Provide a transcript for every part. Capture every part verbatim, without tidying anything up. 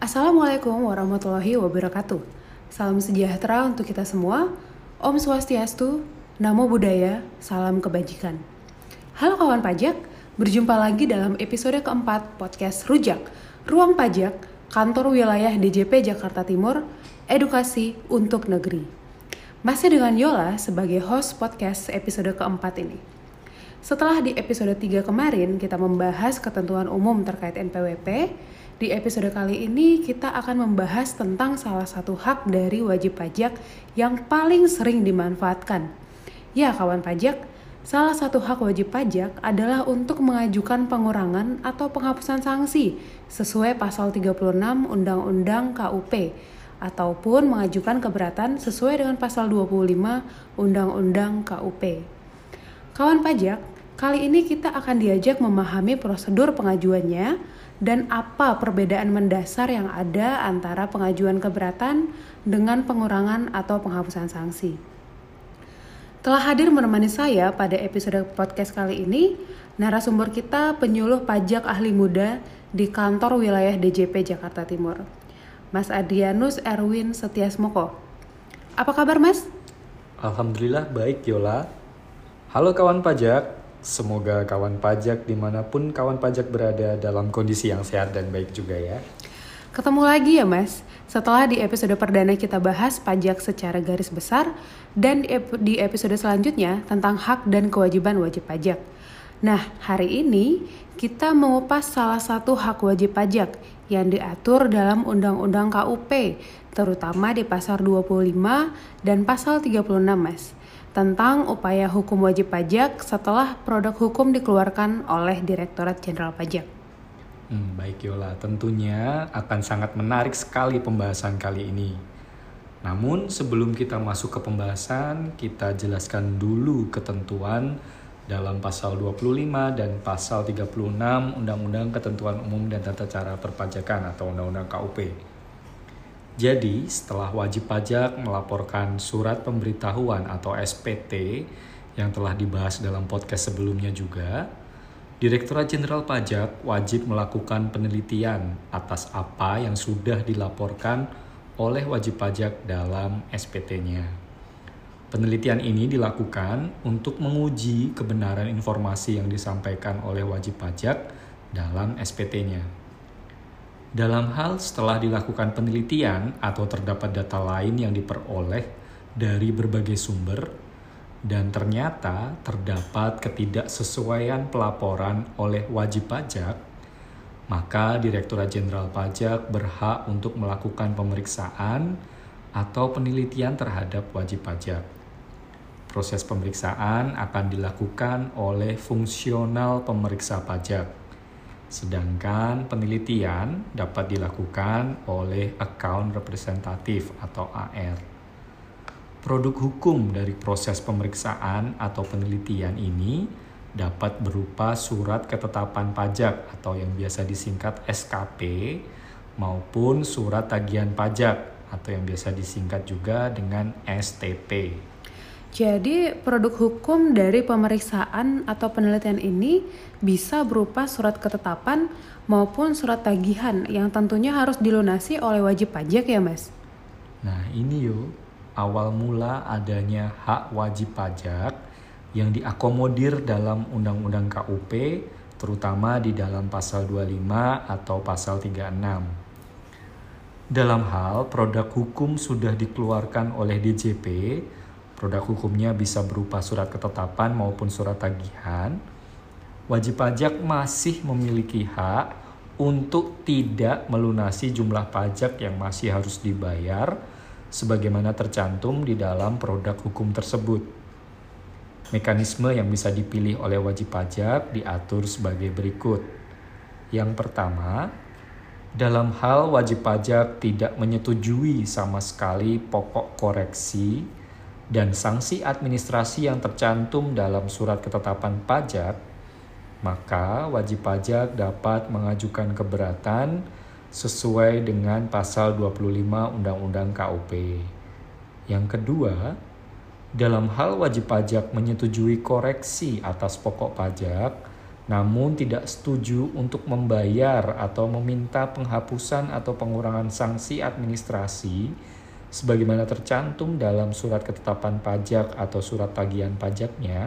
Assalamualaikum warahmatullahi wabarakatuh. Salam sejahtera untuk kita semua. Om Swastiastu, Namo Buddhaya, salam kebajikan. Halo kawan pajak, berjumpa lagi dalam episode keempat podcast Rujak, Ruang Pajak, Kantor Wilayah D J P Jakarta Timur, Edukasi untuk Negeri. Masih dengan Yola sebagai host podcast episode keempat ini. Setelah di episode tiga kemarin kita membahas ketentuan umum terkait N P W P, di episode kali ini kita akan membahas tentang salah satu hak dari wajib pajak yang paling sering dimanfaatkan. Ya kawan pajak, salah satu hak wajib pajak adalah untuk mengajukan pengurangan atau penghapusan sanksi sesuai pasal tiga puluh enam Undang-Undang K U P ataupun mengajukan keberatan sesuai dengan pasal dua puluh lima Undang-Undang K U P. Kawan pajak, kali ini kita akan diajak memahami prosedur pengajuannya dan apa perbedaan mendasar yang ada antara pengajuan keberatan dengan pengurangan atau penghapusan sanksi. Telah hadir menemani saya pada episode podcast kali ini, narasumber kita penyuluh pajak ahli muda di kantor wilayah D J P Jakarta Timur, Mas Adrianus Erwin Setiasmoko. Apa kabar Mas? Alhamdulillah baik Yola. Halo kawan pajak. Semoga kawan pajak dimanapun kawan pajak berada dalam kondisi yang sehat dan baik juga ya. Ketemu lagi ya Mas, setelah di episode perdana kita bahas pajak secara garis besar dan di episode selanjutnya tentang hak dan kewajiban wajib pajak. Nah, hari ini kita mengupas salah satu hak wajib pajak yang diatur dalam Undang-Undang K U P, terutama di pasal dua puluh lima dan pasal tiga puluh enam Mas. Tentang upaya hukum wajib pajak setelah produk hukum dikeluarkan oleh Direktorat Jenderal Pajak. Hmm, baik Yola, tentunya akan sangat menarik sekali pembahasan kali ini. Namun sebelum kita masuk ke pembahasan, kita jelaskan dulu ketentuan dalam pasal dua puluh lima dan pasal tiga puluh enam Undang-Undang Ketentuan Umum dan Tata Cara Perpajakan atau Undang-Undang K U P. Jadi, setelah wajib pajak melaporkan surat pemberitahuan atau S P T yang telah dibahas dalam podcast sebelumnya juga, Direktorat Jenderal Pajak wajib melakukan penelitian atas apa yang sudah dilaporkan oleh wajib pajak dalam S P T-nya. Penelitian ini dilakukan untuk menguji kebenaran informasi yang disampaikan oleh wajib pajak dalam S P T-nya. Dalam hal setelah dilakukan penelitian atau terdapat data lain yang diperoleh dari berbagai sumber dan ternyata terdapat ketidaksesuaian pelaporan oleh wajib pajak, maka Direktorat Jenderal Pajak berhak untuk melakukan pemeriksaan atau penelitian terhadap wajib pajak. Proses pemeriksaan akan dilakukan oleh fungsional pemeriksa pajak. Sedangkan penelitian dapat dilakukan oleh account representatif atau A R. Produk hukum dari proses pemeriksaan atau penelitian ini dapat berupa surat ketetapan pajak atau yang biasa disingkat S K P maupun surat tagihan pajak atau yang biasa disingkat juga dengan S T P. Jadi produk hukum dari pemeriksaan atau penelitian ini bisa berupa surat ketetapan maupun surat tagihan yang tentunya harus dilunasi oleh wajib pajak ya Mas? Nah ini yo, awal mula adanya hak wajib pajak yang diakomodir dalam Undang-Undang K U P terutama di dalam pasal dua puluh lima atau pasal tiga puluh enam. Dalam hal produk hukum sudah dikeluarkan oleh D J P, produk hukumnya bisa berupa surat ketetapan maupun surat tagihan, wajib pajak masih memiliki hak untuk tidak melunasi jumlah pajak yang masih harus dibayar sebagaimana tercantum di dalam produk hukum tersebut. Mekanisme yang bisa dipilih oleh wajib pajak diatur sebagai berikut. Yang pertama, dalam hal wajib pajak tidak menyetujui sama sekali pokok koreksi dan sanksi administrasi yang tercantum dalam surat ketetapan pajak, maka wajib pajak dapat mengajukan keberatan sesuai dengan pasal dua puluh lima Undang-Undang K U P. Yang kedua, dalam hal wajib pajak menyetujui koreksi atas pokok pajak namun tidak setuju untuk membayar atau meminta penghapusan atau pengurangan sanksi administrasi sebagaimana tercantum dalam surat ketetapan pajak atau surat tagihan pajaknya,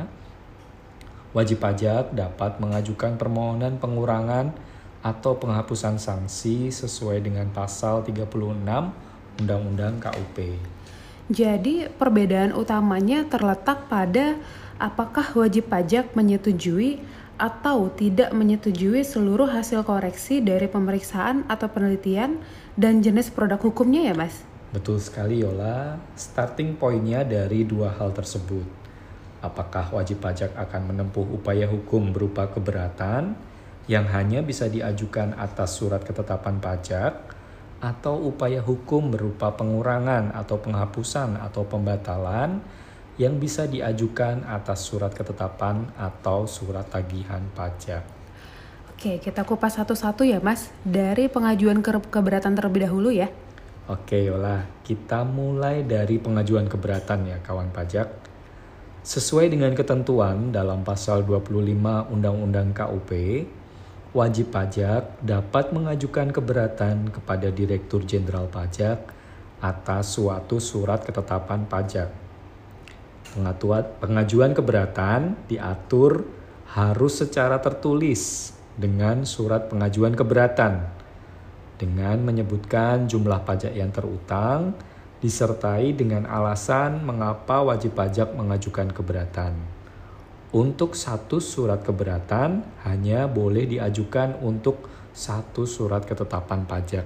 wajib pajak dapat mengajukan permohonan pengurangan atau penghapusan sanksi sesuai dengan pasal tiga puluh enam Undang-Undang K U P. Jadi perbedaan utamanya terletak pada apakah wajib pajak menyetujui atau tidak menyetujui seluruh hasil koreksi dari pemeriksaan atau penelitian dan jenis produk hukumnya ya Mas? Betul sekali Yola, starting point-nya dari dua hal tersebut. Apakah wajib pajak akan menempuh upaya hukum berupa keberatan yang hanya bisa diajukan atas surat ketetapan pajak, atau upaya hukum berupa pengurangan atau penghapusan atau pembatalan yang bisa diajukan atas surat ketetapan atau surat tagihan pajak. Oke, kita kupas satu-satu ya Mas, dari pengajuan ke- keberatan terlebih dahulu ya. Oke Yola, kita mulai dari pengajuan keberatan ya kawan pajak. Sesuai dengan ketentuan dalam pasal dua puluh lima Undang-Undang K U P, wajib pajak dapat mengajukan keberatan kepada Direktur Jenderal Pajak atas suatu surat ketetapan pajak. Pengatuan, pengajuan keberatan diatur harus secara tertulis dengan surat pengajuan keberatan dengan menyebutkan jumlah pajak yang terutang disertai dengan alasan mengapa wajib pajak mengajukan keberatan. Untuk satu surat keberatan hanya boleh diajukan untuk satu surat ketetapan pajak.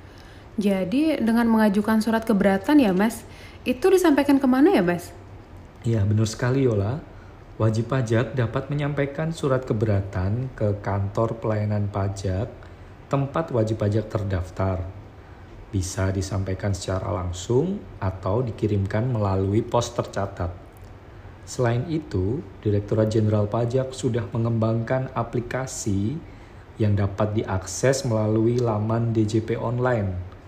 Jadi dengan mengajukan surat keberatan ya Mas, itu disampaikan kemana ya Mas? Ya benar sekali Yola, wajib pajak dapat menyampaikan surat keberatan ke kantor pelayanan pajak tempat wajib pajak terdaftar. Bisa disampaikan secara langsung atau dikirimkan melalui pos tercatat. Selain itu, Direktorat Jenderal Pajak sudah mengembangkan aplikasi yang dapat diakses melalui laman D J P online.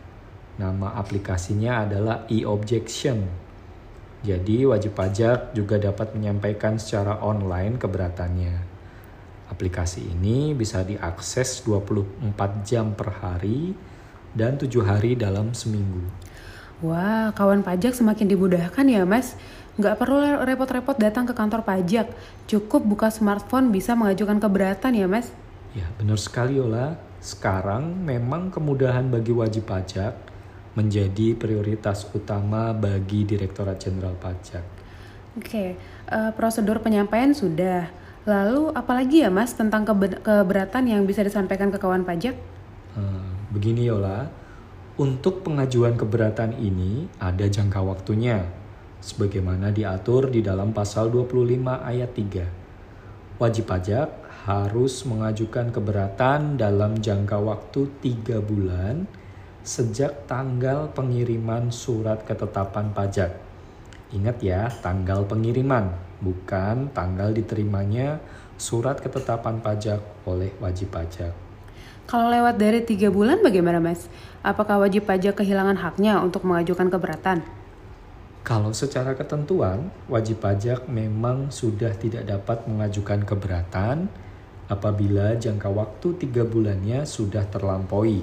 Nama aplikasinya adalah e-objection. Jadi wajib pajak juga dapat menyampaikan secara online keberatannya. Aplikasi ini bisa diakses dua puluh empat jam per hari dan tujuh hari dalam seminggu. Wah, kawan pajak semakin dimudahkan ya Mas. Nggak perlu repot-repot datang ke kantor pajak, cukup buka smartphone bisa mengajukan keberatan ya Mas? Ya benar sekali Yola, sekarang memang kemudahan bagi wajib pajak menjadi prioritas utama bagi Direktorat Jenderal Pajak. Oke, uh, prosedur penyampaian sudah. Lalu apalagi ya Mas tentang kebe- keberatan yang bisa disampaikan ke kawan pajak? Hmm, begini Yola, untuk pengajuan keberatan ini ada jangka waktunya, sebagaimana diatur di dalam pasal dua puluh lima ayat tiga. Wajib pajak harus mengajukan keberatan dalam jangka waktu tiga bulan sejak tanggal pengiriman surat ketetapan pajak. Ingat ya, tanggal pengiriman, bukan tanggal diterimanya surat ketetapan pajak oleh wajib pajak. Kalau lewat dari tiga bulan bagaimana Mas? Apakah wajib pajak kehilangan haknya untuk mengajukan keberatan? Kalau secara ketentuan, wajib pajak memang sudah tidak dapat mengajukan keberatan apabila jangka waktu tiga bulannya sudah terlampaui.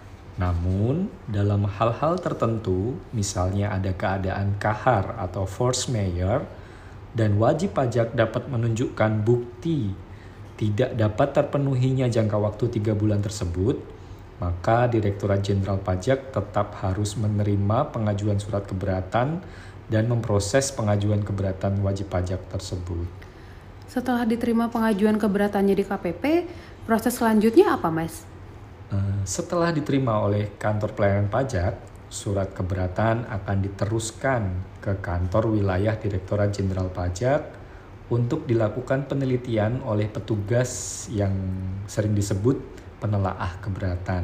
Namun, dalam hal-hal tertentu, misalnya ada keadaan kahar atau force majeure, dan wajib pajak dapat menunjukkan bukti tidak dapat terpenuhinya jangka waktu tiga bulan tersebut, maka Direktorat Jenderal Pajak tetap harus menerima pengajuan surat keberatan dan memproses pengajuan keberatan wajib pajak tersebut. Setelah diterima pengajuan keberatannya di K P P, proses selanjutnya apa Mas? Setelah diterima oleh kantor pelayanan pajak, surat keberatan akan diteruskan ke kantor wilayah Direktorat Jenderal Pajak untuk dilakukan penelitian oleh petugas yang sering disebut penelaah keberatan.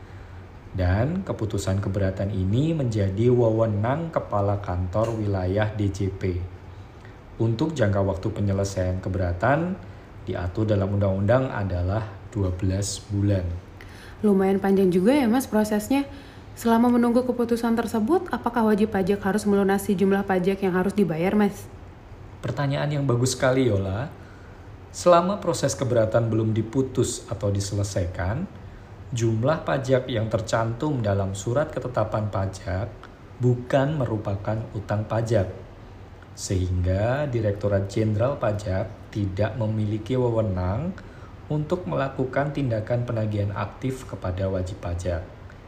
Dan keputusan keberatan ini menjadi wewenang Kepala Kantor Wilayah D J P. Untuk jangka waktu penyelesaian keberatan diatur dalam undang-undang adalah dua belas bulan. Lumayan panjang juga ya Mas prosesnya. Selama menunggu keputusan tersebut, apakah wajib pajak harus melunasi jumlah pajak yang harus dibayar Mas? Pertanyaan yang bagus sekali Yola. Selama proses keberatan belum diputus atau diselesaikan, jumlah pajak yang tercantum dalam surat ketetapan pajak bukan merupakan utang pajak, sehingga Direktorat Jenderal Pajak tidak memiliki wewenang untuk melakukan tindakan penagihan aktif kepada wajib pajak.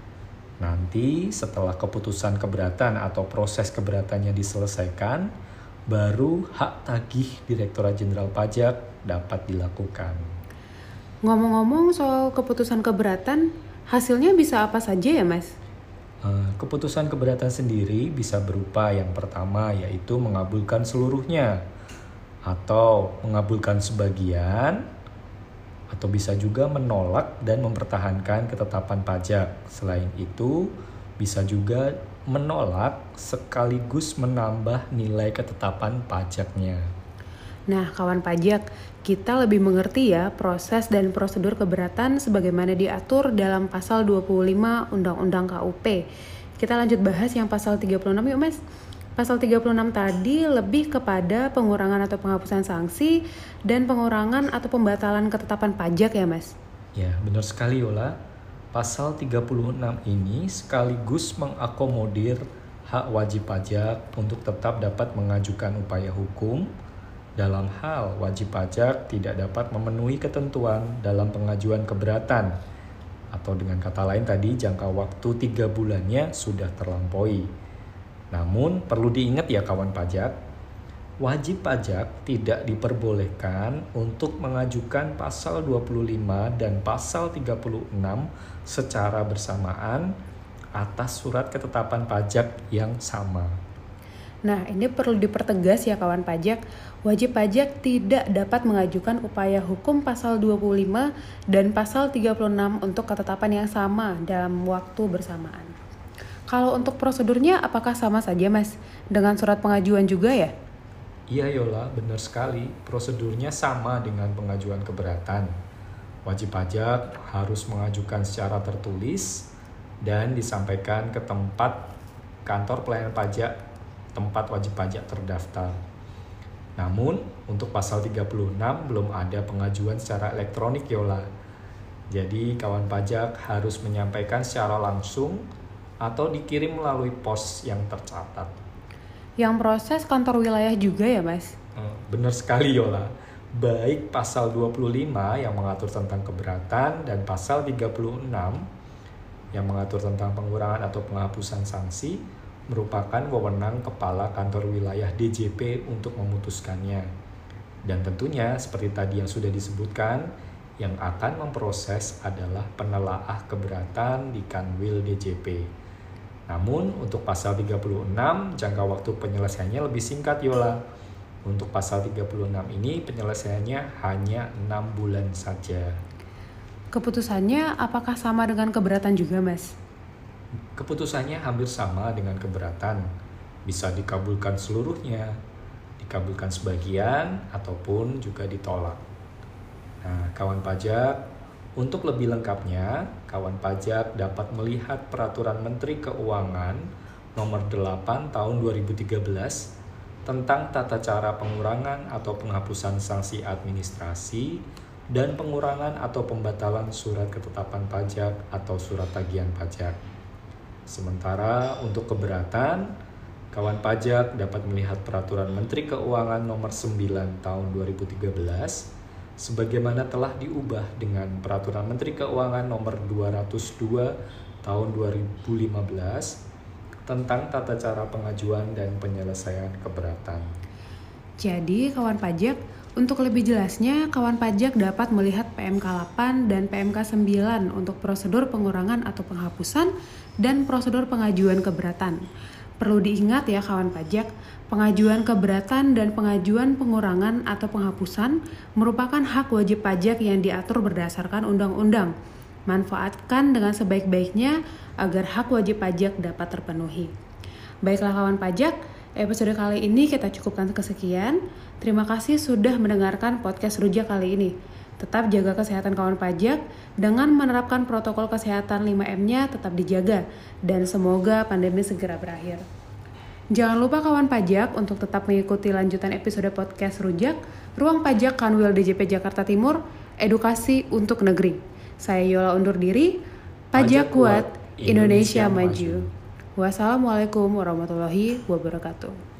Nanti setelah keputusan keberatan atau proses keberatannya diselesaikan, baru hak tagih Direktorat Jenderal Pajak dapat dilakukan. Ngomong-ngomong soal keputusan keberatan, hasilnya bisa apa saja ya Mas? Keputusan keberatan sendiri bisa berupa yang pertama yaitu mengabulkan seluruhnya, atau mengabulkan sebagian, atau bisa juga menolak dan mempertahankan ketetapan pajak. Selain itu, bisa juga menolak sekaligus menambah nilai ketetapan pajaknya. Nah, kawan pajak, kita lebih mengerti ya proses dan prosedur keberatan sebagaimana diatur dalam pasal dua puluh lima Undang-Undang K U P. Kita lanjut bahas yang pasal tiga puluh enam yuk Mas. Pasal tiga puluh enam tadi lebih kepada pengurangan atau penghapusan sanksi dan pengurangan atau pembatalan ketetapan pajak ya Mas? Ya, benar sekali Yola. Pasal tiga puluh enam ini sekaligus mengakomodir hak wajib pajak untuk tetap dapat mengajukan upaya hukum dalam hal wajib pajak tidak dapat memenuhi ketentuan dalam pengajuan keberatan, atau dengan kata lain tadi jangka waktu tiga bulannya sudah terlampaui. Namun perlu diingat ya kawan pajak, wajib pajak tidak diperbolehkan untuk mengajukan pasal dua puluh lima dan pasal tiga puluh enam secara bersamaan atas surat ketetapan pajak yang sama. Nah, ini perlu dipertegas ya kawan pajak, wajib pajak tidak dapat mengajukan upaya hukum pasal dua puluh lima dan pasal tiga puluh enam untuk ketetapan yang sama dalam waktu bersamaan. Kalau untuk prosedurnya apakah sama saja Mas? Dengan surat pengajuan juga ya? Iya Yola, benar sekali. Prosedurnya sama dengan pengajuan keberatan. Wajib pajak harus mengajukan secara tertulis dan disampaikan ke tempat kantor pelayanan pajak tempat wajib pajak terdaftar. Namun, untuk pasal tiga puluh enam belum ada pengajuan secara elektronik Yola. Jadi, kawan pajak harus menyampaikan secara langsung atau dikirim melalui pos yang tercatat. Yang proses kantor wilayah juga ya Mas? Benar sekali Yola. Baik pasal dua puluh lima yang mengatur tentang keberatan dan pasal tiga puluh enam yang mengatur tentang pengurangan atau penghapusan sanksi merupakan wewenang kepala kantor wilayah D J P untuk memutuskannya. Dan tentunya seperti tadi yang sudah disebutkan, yang akan memproses adalah penelaah keberatan di Kanwil D J P. Namun untuk pasal tiga puluh enam jangka waktu penyelesaiannya lebih singkat Yola. Untuk pasal tiga puluh enam ini penyelesaiannya hanya enam bulan saja. Keputusannya apakah sama dengan keberatan juga Mas? Keputusannya hampir sama dengan keberatan, bisa dikabulkan seluruhnya, dikabulkan sebagian, ataupun juga ditolak. Nah, kawan pajak, untuk lebih lengkapnya, kawan pajak dapat melihat Peraturan Menteri Keuangan Nomor delapan Tahun dua ribu tiga belas tentang tata cara pengurangan atau penghapusan sanksi administrasi dan pengurangan atau pembatalan surat ketetapan pajak atau surat tagihan pajak. Sementara untuk keberatan, kawan pajak dapat melihat Peraturan Menteri Keuangan Nomor sembilan Tahun dua ribu tiga belas sebagaimana telah diubah dengan Peraturan Menteri Keuangan Nomor dua ratus dua Tahun dua ribu lima belas tentang tata cara pengajuan dan penyelesaian keberatan. Jadi, kawan pajak, untuk lebih jelasnya, kawan pajak dapat melihat P M K delapan dan P M K sembilan untuk prosedur pengurangan atau penghapusan dan prosedur pengajuan keberatan. Perlu diingat ya kawan pajak, pengajuan keberatan dan pengajuan pengurangan atau penghapusan merupakan hak wajib pajak yang diatur berdasarkan undang-undang. Manfaatkan dengan sebaik-baiknya agar hak wajib pajak dapat terpenuhi. Baiklah kawan pajak, episode kali ini kita cukupkan kesekian. Terima kasih sudah mendengarkan podcast Rujak kali ini. Tetap jaga kesehatan kawan pajak dengan menerapkan protokol kesehatan lima M-nya tetap dijaga dan semoga pandemi segera berakhir. Jangan lupa kawan pajak untuk tetap mengikuti lanjutan episode podcast Rujak, Ruang Pajak Kanwil D J P Jakarta Timur, edukasi untuk negeri. Saya Yola undur diri. Pajak kuat, Indonesia maju. Wassalamualaikum warahmatullahi wabarakatuh.